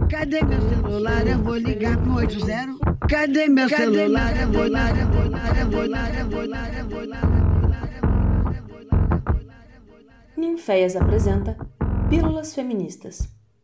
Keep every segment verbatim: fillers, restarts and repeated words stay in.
Cadê meu celular? Eu vou ligar pro oito zero. Cadê meu celular? Eu vou ligar, eu vou ligar, eu vou ligar, eu vou ligar, eu vou ligar. Ninféias apresenta Pílulas Feministas.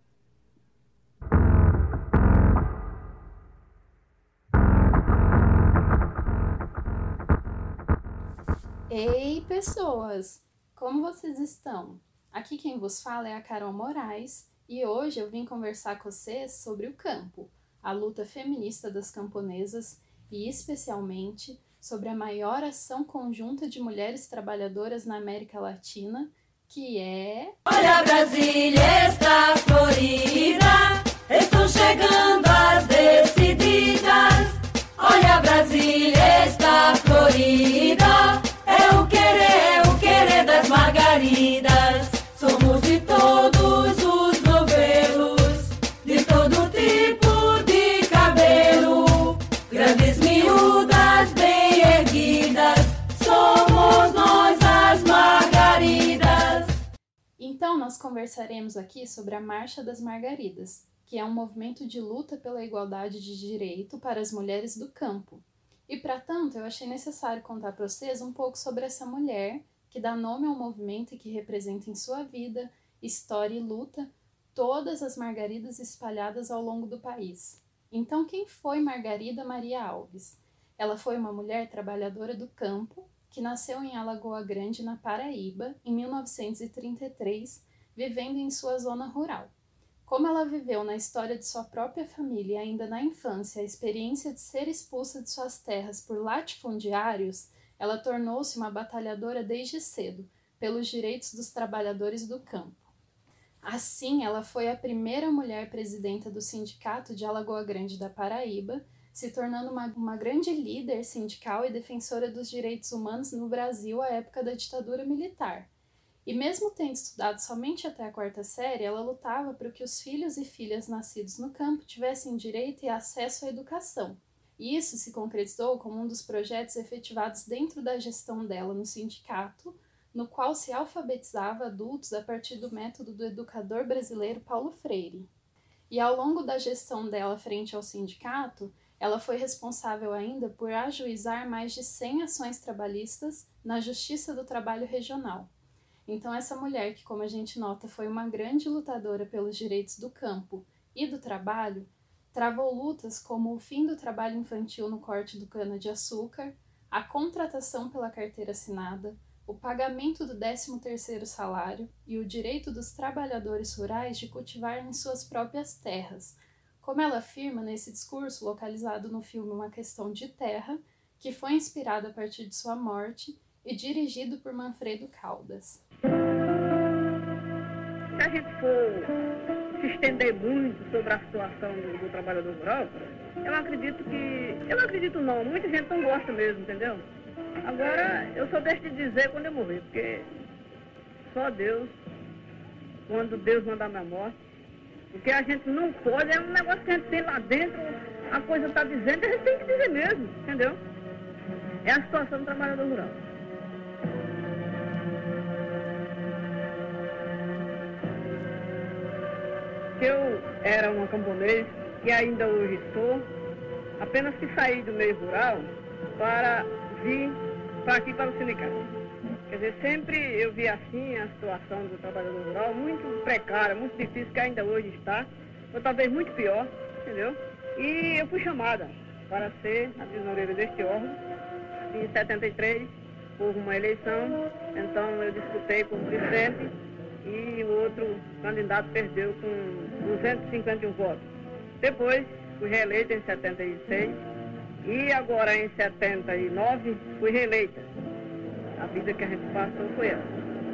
Ei, pessoas! Como vocês estão? Aqui quem vos fala é a Carol Moraes e hoje eu vim conversar com vocês sobre o campo, a luta feminista das camponesas e especialmente sobre a maior ação conjunta de mulheres trabalhadoras na América Latina, que é... Olha, Brasília está florida, estão chegando as decididas. Olha, Brasília está florida, é o querer, é o querer das margaridas. Somos de todos os novelos, de todo tipo de cabelo, grandes miúdas bem erguidas, somos nós as margaridas. Então nós conversaremos aqui sobre a Marcha das Margaridas, que é um movimento de luta pela igualdade de direito para as mulheres do campo. E, para tanto, eu achei necessário contar para vocês um pouco sobre essa mulher que dá nome ao movimento e que representa em sua vida, história e luta todas as margaridas espalhadas ao longo do país. Então, quem foi Margarida Maria Alves? Ela foi uma mulher trabalhadora do campo que nasceu em Alagoa Grande, na Paraíba, em mil novecentos e trinta e três, vivendo em sua zona rural. Como ela viveu na história de sua própria família e ainda na infância a experiência de ser expulsa de suas terras por latifundiários, ela tornou-se uma batalhadora desde cedo, pelos direitos dos trabalhadores do campo. Assim, ela foi a primeira mulher presidenta do Sindicato de Alagoa Grande da Paraíba, se tornando uma, uma grande líder sindical e defensora dos direitos humanos no Brasil à época da ditadura militar. E mesmo tendo estudado somente até a quarta série, ela lutava para que os filhos e filhas nascidos no campo tivessem direito e acesso à educação. E isso se concretizou como um dos projetos efetivados dentro da gestão dela no sindicato, no qual se alfabetizava adultos a partir do método do educador brasileiro Paulo Freire. E ao longo da gestão dela frente ao sindicato, ela foi responsável ainda por ajuizar mais de cem ações trabalhistas na Justiça do Trabalho Regional. Então essa mulher, que como a gente nota foi uma grande lutadora pelos direitos do campo e do trabalho, travou lutas como o fim do trabalho infantil no corte do cana-de-açúcar, a contratação pela carteira assinada, o pagamento do décimo terceiro salário e o direito dos trabalhadores rurais de cultivar em suas próprias terras, como ela afirma nesse discurso localizado no filme Uma Questão de Terra, que foi inspirado a partir de sua morte e dirigido por Manfredo Caldas. Se a gente for se estender muito sobre a situação do, do trabalhador rural, eu acredito que... Eu não acredito não, muita gente não gosta mesmo, entendeu? Agora, eu só deixo de dizer quando eu morrer, porque só Deus, quando Deus mandar minha morte, o que a gente não pode é um negócio que a gente tem lá dentro, a coisa está dizendo, a gente tem que dizer mesmo, entendeu? É a situação do trabalhador rural. Eu era uma camponês e ainda hoje sou, apenas que saí do meio rural para vir para aqui para o sindicato. Quer dizer, sempre eu vi assim a situação do trabalhador rural muito precária, muito difícil, que ainda hoje está, ou talvez muito pior, entendeu? E eu fui chamada para ser a tesoureira deste órgão em setenta e três, houve uma eleição, então eu disputei como presidente e o outro candidato perdeu com duzentos e cinquenta e um votos. Depois fui reeleita em setenta e seis e agora em setenta e nove fui reeleita. A vida que a gente passou foi essa.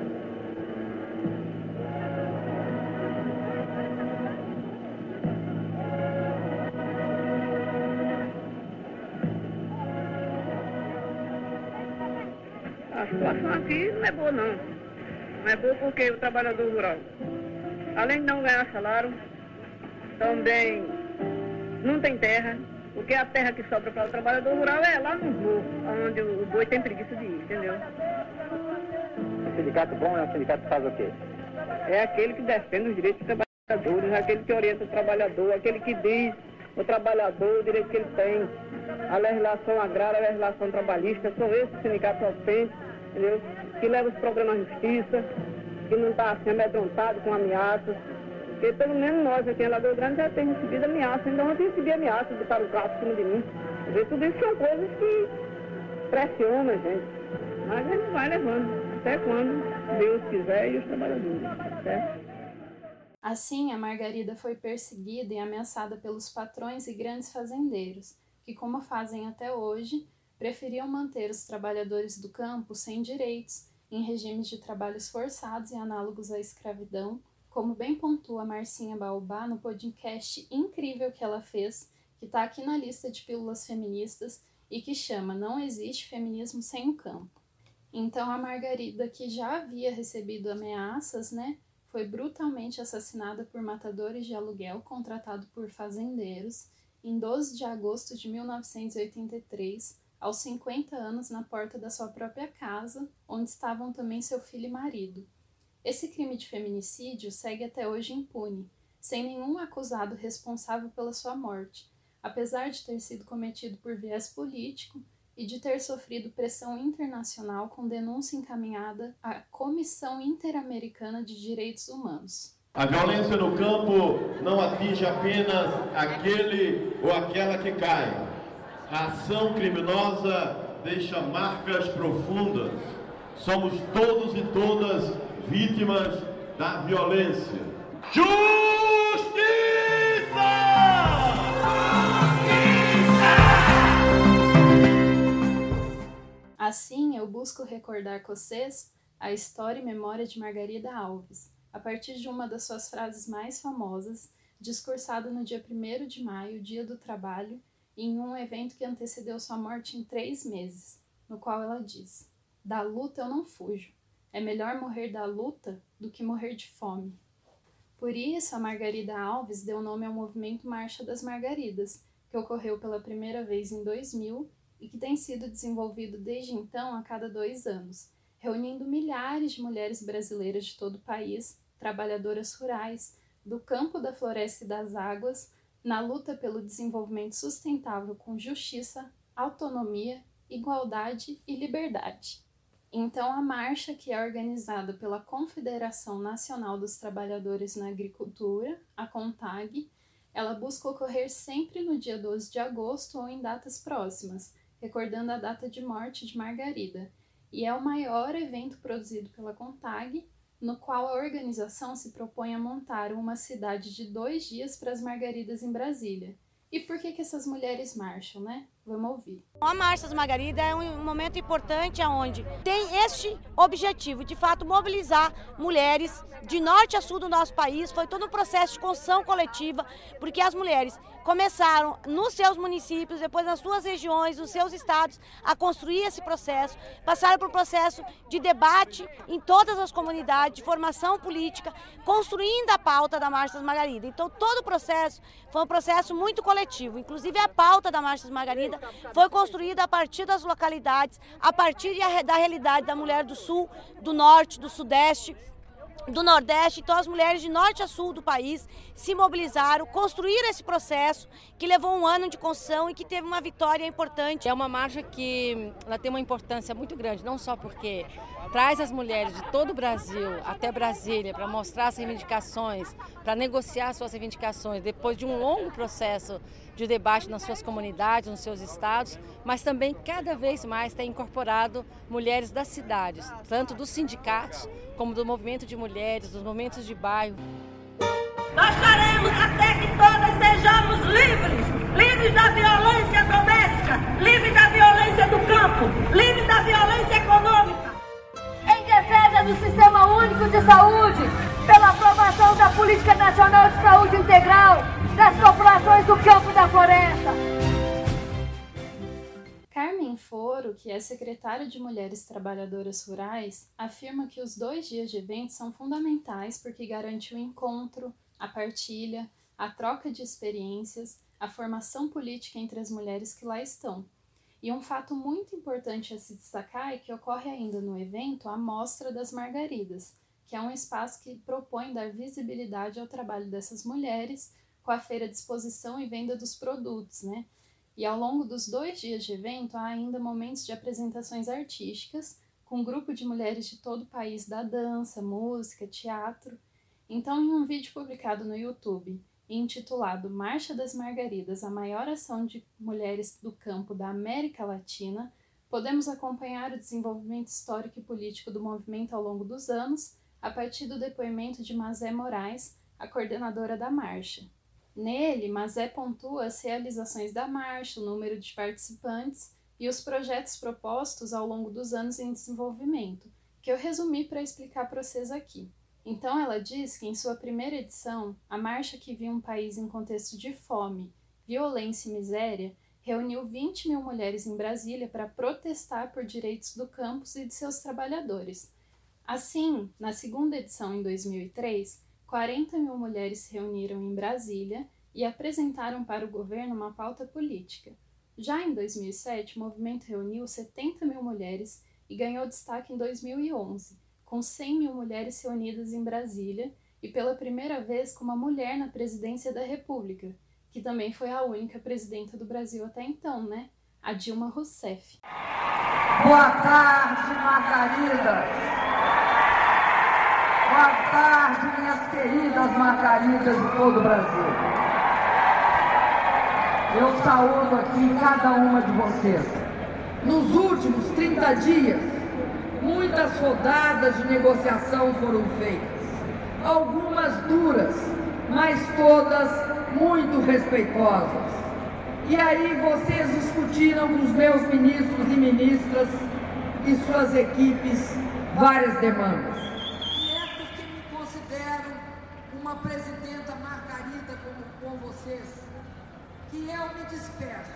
A situação aqui não é boa não. Não é boa porque o trabalhador rural, além de não ganhar salário, também não tem terra, porque a terra que sobra para o trabalhador rural é lá no morro, onde o boi tem preguiça de ir, entendeu? O sindicato bom é um sindicato que faz o quê? É aquele que defende os direitos do trabalhador. Aquele que orienta o trabalhador, aquele que diz o trabalhador o direito que ele tem, a legislação agrária, a legislação trabalhista, são esses sindicatos ausentes, entendeu? Que leva os programas à justiça, que não está assim amedrontado com ameaças, porque pelo menos nós aqui em Lagoa Grande já temos recebido ameaças, então eu recebi ameaças, botaram o carro em cima de mim. Entendeu? Tudo isso são coisas que pressionam a gente, mas a gente vai levando, até quando Deus quiser e os trabalhadores, certo? Assim, a Margarida foi perseguida e ameaçada pelos patrões e grandes fazendeiros, que, como fazem até hoje, preferiam manter os trabalhadores do campo sem direitos, em regimes de trabalhos forçados e análogos à escravidão, como bem pontua Marcinha Baobá no podcast incrível que ela fez, que está aqui na lista de pílulas feministas e que chama Não Existe Feminismo Sem o Campo. Então, a Margarida, que já havia recebido ameaças, né, foi brutalmente assassinada por matadores de aluguel contratado por fazendeiros em doze de agosto de mil novecentos e oitenta e três, aos cinquenta anos, na porta da sua própria casa, onde estavam também seu filho e marido. Esse crime de feminicídio segue até hoje impune, sem nenhum acusado responsável pela sua morte, apesar de ter sido cometido por viés político e de ter sofrido pressão internacional com denúncia encaminhada à Comissão Interamericana de Direitos Humanos. A violência no campo não atinge apenas aquele ou aquela que cai. A ação criminosa deixa marcas profundas. Somos todos e todas vítimas da violência. Justiça! Assim, eu busco recordar com vocês a história e memória de Margarida Alves, a partir de uma das suas frases mais famosas, discursada no dia primeiro de maio, Dia do Trabalho, em um evento que antecedeu sua morte em três meses, no qual ela diz: "Da luta eu não fujo. É melhor morrer da luta do que morrer de fome." Por isso, a Margarida Alves deu nome ao movimento Marcha das Margaridas, que ocorreu pela primeira vez em dois mil e que tem sido desenvolvido desde então a cada dois anos, reunindo milhares de mulheres brasileiras de todo o país, trabalhadoras rurais, do campo, da floresta e das águas, na luta pelo desenvolvimento sustentável com justiça, autonomia, igualdade e liberdade. Então, a marcha, que é organizada pela Confederação Nacional dos Trabalhadores na Agricultura, a CONTAG, ela busca ocorrer sempre no dia doze de agosto ou em datas próximas, recordando a data de morte de Margarida, e é o maior evento produzido pela CONTAG, no qual a organização se propõe a montar uma cidade de dois dias para as Margaridas em Brasília. E por que que essas mulheres marcham, né? Vamos ouvir. A Marcha das Margaridas é um momento importante onde tem este objetivo, de fato, mobilizar mulheres de norte a sul do nosso país. Foi todo um processo de construção coletiva, porque as mulheres começaram nos seus municípios, depois nas suas regiões, nos seus estados, a construir esse processo, passaram por um processo de debate em todas as comunidades, de formação política, construindo a pauta da Marcha das Margaridas. Então, todo o processo foi um processo muito coletivo, inclusive a pauta da Marcha das Margaridas foi construída a partir das localidades, a partir da realidade da mulher do sul, do norte, do sudeste, do Nordeste. Então as mulheres de norte a sul do país se mobilizaram, construíram esse processo que levou um ano de construção e que teve uma vitória importante. É uma marcha que ela tem uma importância muito grande, não só porque traz as mulheres de todo o Brasil até Brasília para mostrar as reivindicações, para negociar suas reivindicações depois de um longo processo de debate nas suas comunidades, nos seus estados, mas também cada vez mais tem incorporado mulheres das cidades, tanto dos sindicatos como do movimento de mulheres, dos movimentos de bairro. Nós faremos até que todas sejamos livres, livres da violência doméstica, livres da violência do campo, livres da violência econômica. Em defesa do Sistema Único de Saúde, pela aprovação da Política Nacional de Saúde Integral das populações do campo e da floresta. Carmen Foro, que é secretária de Mulheres Trabalhadoras Rurais, afirma que os dois dias de evento são fundamentais porque garante o encontro, a partilha, a troca de experiências, a formação política entre as mulheres que lá estão. E um fato muito importante a se destacar é que ocorre ainda no evento a Mostra das Margaridas, que é um espaço que propõe dar visibilidade ao trabalho dessas mulheres com a feira de exposição e venda dos produtos, né? E ao longo dos dois dias de evento, há ainda momentos de apresentações artísticas, com um grupo de mulheres de todo o país da dança, música, teatro. Então, em um vídeo publicado no YouTube, intitulado Marcha das Margaridas, a maior ação de mulheres do campo da América Latina, podemos acompanhar o desenvolvimento histórico e político do movimento ao longo dos anos, a partir do depoimento de Mazé Moraes, a coordenadora da marcha. Nele, Mazé pontua as realizações da marcha, o número de participantes e os projetos propostos ao longo dos anos em desenvolvimento, que eu resumi para explicar para vocês aqui. Então ela diz que em sua primeira edição, a marcha que viu um país em contexto de fome, violência e miséria, reuniu vinte mil mulheres em Brasília para protestar por direitos do campus e de seus trabalhadores. Assim, na segunda edição, em dois mil e três, quarenta mil mulheres se reuniram em Brasília e apresentaram para o governo uma pauta política. Já em dois mil e sete, o movimento reuniu setenta mil mulheres e ganhou destaque em dois mil e onze, com cem mil mulheres reunidas em Brasília e pela primeira vez com uma mulher na presidência da República, que também foi a única presidenta do Brasil até então, né? A Dilma Rousseff. Boa tarde, Margarida! Boa tarde, minhas queridas Margaridas de todo o Brasil. Eu saúdo aqui cada uma de vocês. Nos últimos trinta dias, muitas rodadas de negociação foram feitas. Algumas duras, mas todas muito respeitosas. E aí vocês discutiram com os meus ministros e ministras e suas equipes várias demandas. E é porque me considero uma presidenta Margarida como com vocês, que eu me despeço,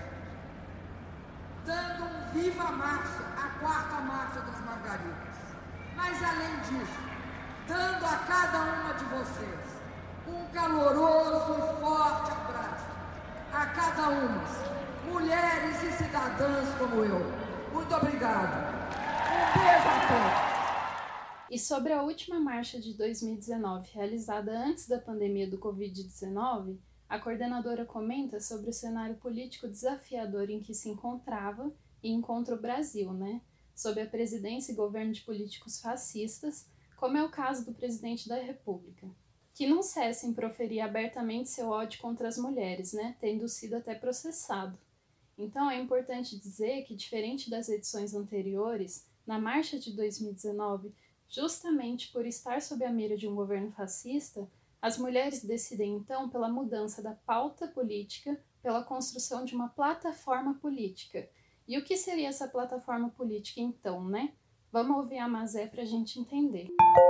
dando um viva marcha, a quarta marcha das Margaridas. Mas além disso, dando a cada uma de vocês um caloroso e forte abraço, a cada uma, mulheres e cidadãs como eu. Muito obrigado. Um beijo a todos. E sobre a última marcha de dois mil e dezenove, realizada antes da pandemia do covid dezenove, a coordenadora comenta sobre o cenário político desafiador em que se encontrava e encontra o Brasil, né? Sob a presidência e governo de políticos fascistas, como é o caso do presidente da República, que não cessa em proferir abertamente seu ódio contra as mulheres, né? Tendo sido até processado. Então é importante dizer que, diferente das edições anteriores, na marcha de dois mil e dezenove, justamente por estar sob a mira de um governo fascista, as mulheres decidem então pela mudança da pauta política, pela construção de uma plataforma política. E o que seria essa plataforma política então, né? Vamos ouvir a Mazé para a gente entender.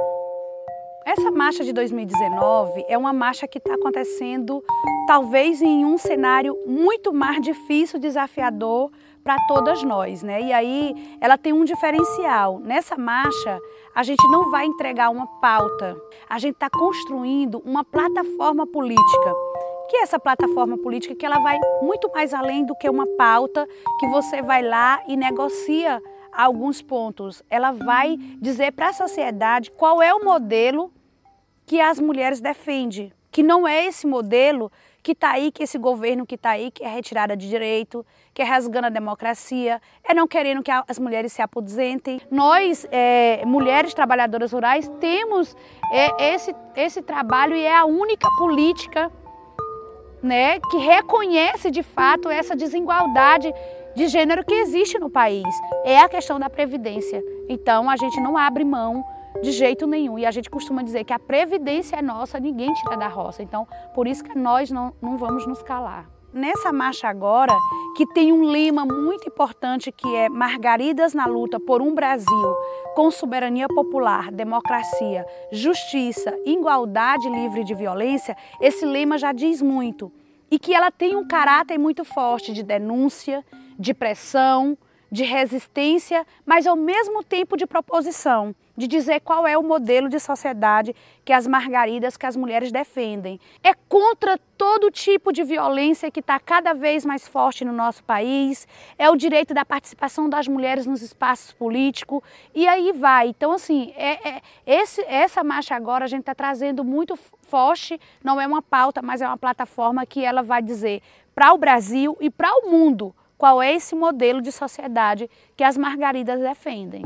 Essa marcha de dois mil e dezenove é uma marcha que está acontecendo talvez em um cenário muito mais difícil, desafiador para todas nós, né? E aí ela tem um diferencial. Nessa marcha a gente não vai entregar uma pauta, a gente está construindo uma plataforma política. Que é essa plataforma política que ela vai muito mais além do que uma pauta que você vai lá e negocia alguns pontos. Ela vai dizer para a sociedade qual é o modelo que as mulheres defendem, que não é esse modelo que está aí, que esse governo que está aí, que é retirada de direito, que é rasgando a democracia, é não querendo que as mulheres se aposentem. Nós, é, mulheres trabalhadoras rurais, temos é, esse, esse trabalho e é a única política, né, que reconhece de fato essa desigualdade de gênero que existe no país. É a questão da previdência. Então a gente não abre mão de jeito nenhum. E a gente costuma dizer que a previdência é nossa, ninguém tira da roça. Então por isso que nós não, não vamos nos calar. Nessa marcha agora, que tem um lema muito importante que é Margaridas na luta por um Brasil com soberania popular, democracia, justiça, igualdade livre de violência, esse lema já diz muito. E que ela tem um caráter muito forte de denúncia, de pressão, de resistência, mas ao mesmo tempo de proposição, de dizer qual é o modelo de sociedade que as margaridas, que as mulheres defendem. É contra todo tipo de violência que está cada vez mais forte no nosso país, é o direito da participação das mulheres nos espaços políticos, e aí vai. Então, assim, é, é, esse, essa marcha agora a gente está trazendo muito forte, não é uma pauta, mas é uma plataforma que ela vai dizer para o Brasil e para o mundo qual é esse modelo de sociedade que as margaridas defendem.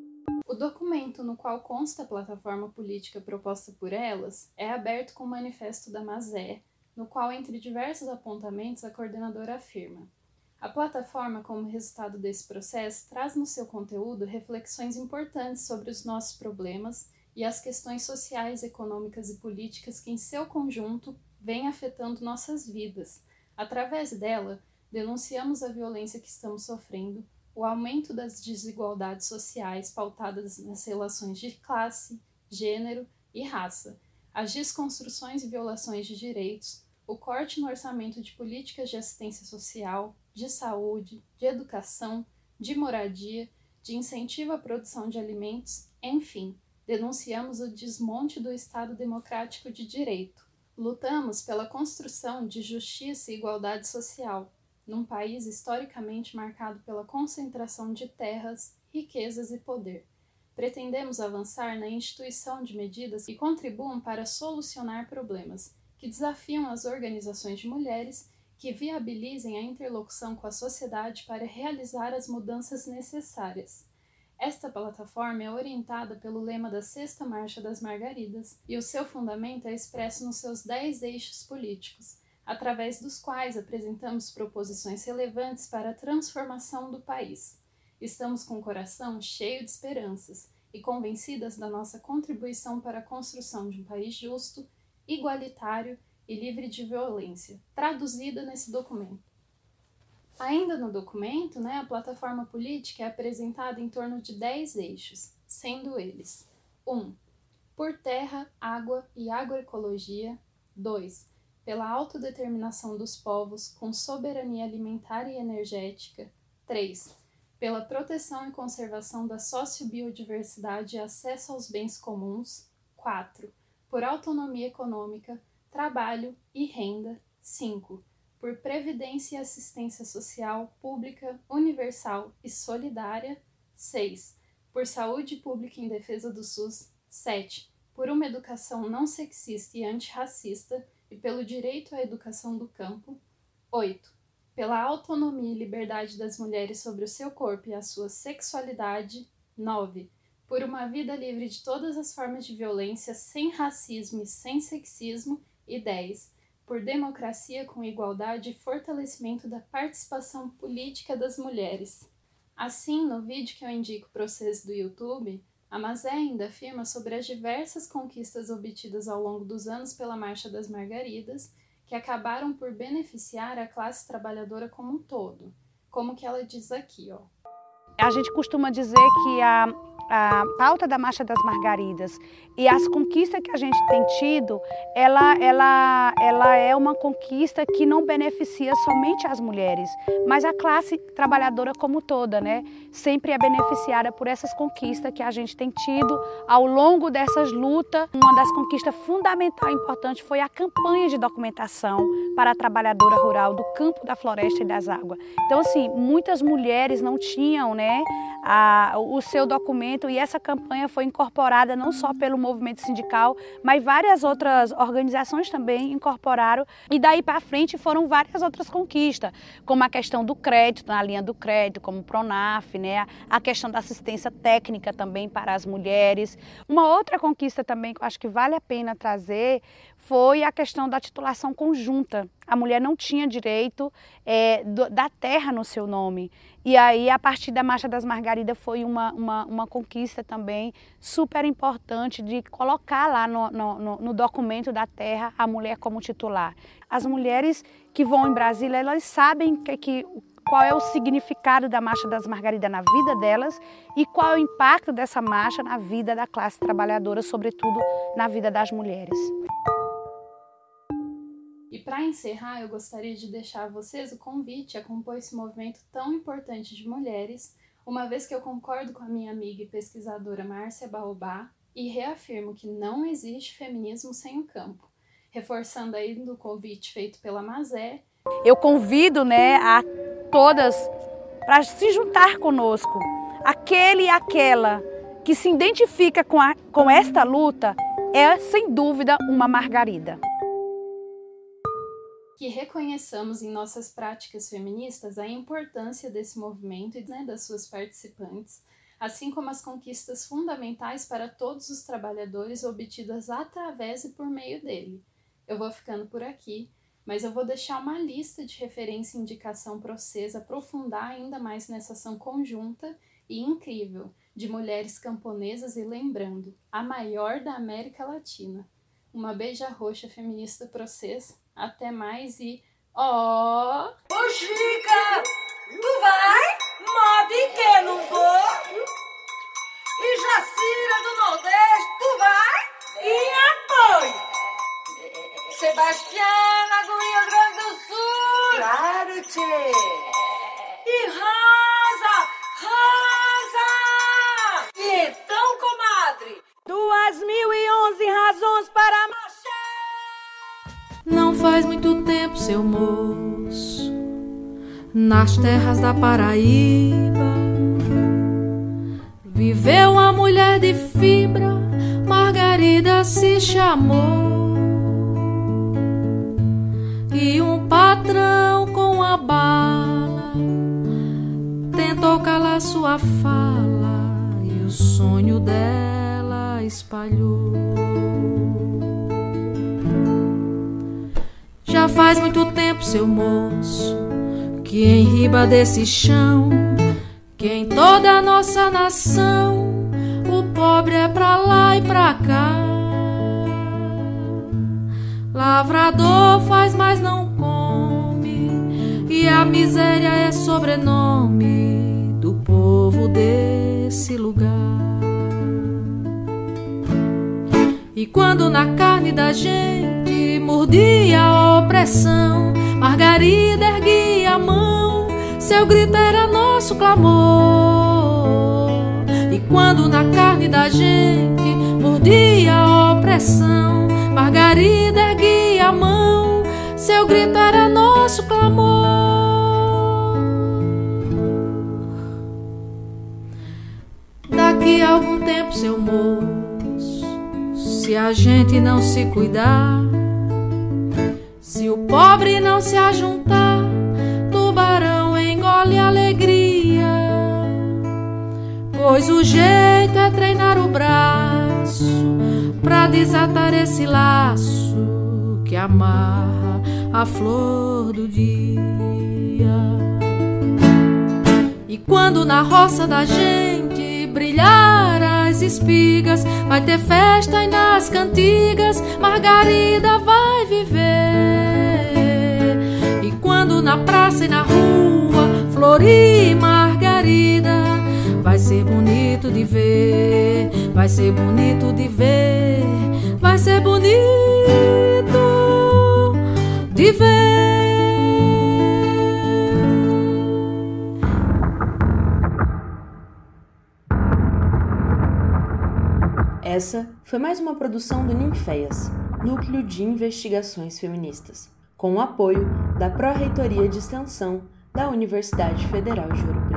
O documento no qual consta a plataforma política proposta por elas é aberto com o Manifesto da Mazé, no qual, entre diversos apontamentos, a coordenadora afirma: a plataforma, como resultado desse processo, traz no seu conteúdo reflexões importantes sobre os nossos problemas e as questões sociais, econômicas e políticas que, em seu conjunto, vêm afetando nossas vidas. Através dela, denunciamos a violência que estamos sofrendo, o aumento das desigualdades sociais pautadas nas relações de classe, gênero e raça, as desconstruções e violações de direitos, o corte no orçamento de políticas de assistência social, de saúde, de educação, de moradia, de incentivo à produção de alimentos, enfim, denunciamos o desmonte do Estado democrático de direito. Lutamos pela construção de justiça e igualdade social, num país historicamente marcado pela concentração de terras, riquezas e poder. Pretendemos avançar na instituição de medidas que contribuam para solucionar problemas, que desafiam as organizações de mulheres, que viabilizem a interlocução com a sociedade para realizar as mudanças necessárias. Esta plataforma é orientada pelo lema da Sexta Marcha das Margaridas e o seu fundamento é expresso nos seus dez eixos políticos, através dos quais apresentamos proposições relevantes para a transformação do país. Estamos com o coração cheio de esperanças e convencidas da nossa contribuição para a construção de um país justo, igualitário e livre de violência, traduzida nesse documento. Ainda no documento, né, a plataforma política é apresentada em torno de dez eixos, sendo eles: um. Por terra, água e agroecologia. dois. Pela autodeterminação dos povos com soberania alimentar e energética. três. Pela proteção e conservação da sociobiodiversidade e acesso aos bens comuns. quatro. Por autonomia econômica, trabalho e renda. cinco. Por previdência e assistência social pública, universal e solidária. seis. Por saúde pública em defesa do SUS. sete. Por uma educação não sexista e antirracista e pelo direito à educação do campo. oito. Pela autonomia e liberdade das mulheres sobre o seu corpo e a sua sexualidade. nove. Por uma vida livre de todas as formas de violência, sem racismo e sem sexismo. E dez. Por democracia com igualdade e fortalecimento da participação política das mulheres. Assim, no vídeo que eu indico para vocês do YouTube, a Mazé ainda afirma sobre as diversas conquistas obtidas ao longo dos anos pela Marcha das Margaridas, que acabaram por beneficiar a classe trabalhadora como um todo, como que ela diz aqui, ó. A gente costuma dizer que a, a pauta da Marcha das Margaridas e as conquistas que a gente tem tido, ela, ela, ela é uma conquista que não beneficia somente as mulheres, mas a classe trabalhadora como toda, né? Sempre é beneficiada por essas conquistas que a gente tem tido ao longo dessas lutas. Uma das conquistas fundamentais e importantes foi a campanha de documentação para a trabalhadora rural do campo, da floresta e das águas. Então, assim, muitas mulheres não tinham, né, a, o seu documento, e essa campanha foi incorporada não só pelo movimento sindical, mas várias outras organizações também incorporaram, e daí para frente foram várias outras conquistas, como a questão do crédito, na linha do crédito, como o Pronaf, né, a questão da assistência técnica também para as mulheres. Uma outra conquista também que eu acho que vale a pena trazer foi a questão da titulação conjunta. A mulher não tinha direito é, do, da terra no seu nome. E aí, a partir da Marcha das Margaridas, foi uma, uma, uma conquista também super importante de colocar lá no, no, no documento da terra a mulher como titular. As mulheres que vão em Brasília, elas sabem que, que, qual é o significado da Marcha das Margaridas na vida delas e qual é o impacto dessa marcha na vida da classe trabalhadora, sobretudo na vida das mulheres. E para encerrar, eu gostaria de deixar a vocês o convite a compor esse movimento tão importante de mulheres, uma vez que eu concordo com a minha amiga e pesquisadora Márcia Baobá e reafirmo que não existe feminismo sem o campo, reforçando aí do convite feito pela Mazé. Eu convido, né, a todas para se juntar conosco. Aquele e aquela que se identifica com, a, com esta luta é, sem dúvida, uma Margarida. Que reconheçamos em nossas práticas feministas a importância desse movimento e, né, das suas participantes, assim como as conquistas fundamentais para todos os trabalhadores obtidas através e por meio dele. Eu vou ficando por aqui, mas eu vou deixar uma lista de referência e indicação para vocês aprofundar ainda mais nessa ação conjunta e incrível de mulheres camponesas e, lembrando, a maior da América Latina. Uma beija roxa feminista para vocês. Até mais e... ó! Oh. Ô Chica! Tu vai? Mob que não vou? E Jacira do Nordeste, tu vai? E apoio! Sebastiana do Rio Grande do Sul! Claro, tchê! E Rosa! Rosa! E então, comadre? Duas mil e onze razões para marchar! Não faz muito tempo, seu moço, nas terras da Paraíba, viveu uma mulher de fibra, Margarida se chamou. E um patrão com a bala tentou calar sua fala, e o sonho dela espalhou. Já faz muito tempo, seu moço, que em riba desse chão, que em toda a nossa nação, o pobre é pra lá e pra cá. Lavrador faz, mas não come, e a miséria é sobrenome do povo desse lugar. E quando na carne da gente mordia a opressão, Margarida erguia a mão, seu grito era nosso clamor. E quando na carne da gente mordia a opressão, Margarida erguia a mão, seu grito era nosso clamor. Daqui a algum tempo, seu moço, se a gente não se cuidar, se o pobre não se ajuntar, tubarão engole a alegria. Pois o jeito é treinar o braço pra desatar esse laço que amarra a flor do dia. E quando na roça da gente brilhar as espigas, vai ter festa e nas cantigas Margarida vai viver. E quando na praça e na rua florir Margarida, vai ser bonito de ver, vai ser bonito de ver, vai ser bonito de ver. Essa foi mais uma produção do Ninféias, Núcleo de Investigações Feministas, com o apoio da Pró-Reitoria de Extensão da Universidade Federal de Ouro Preto.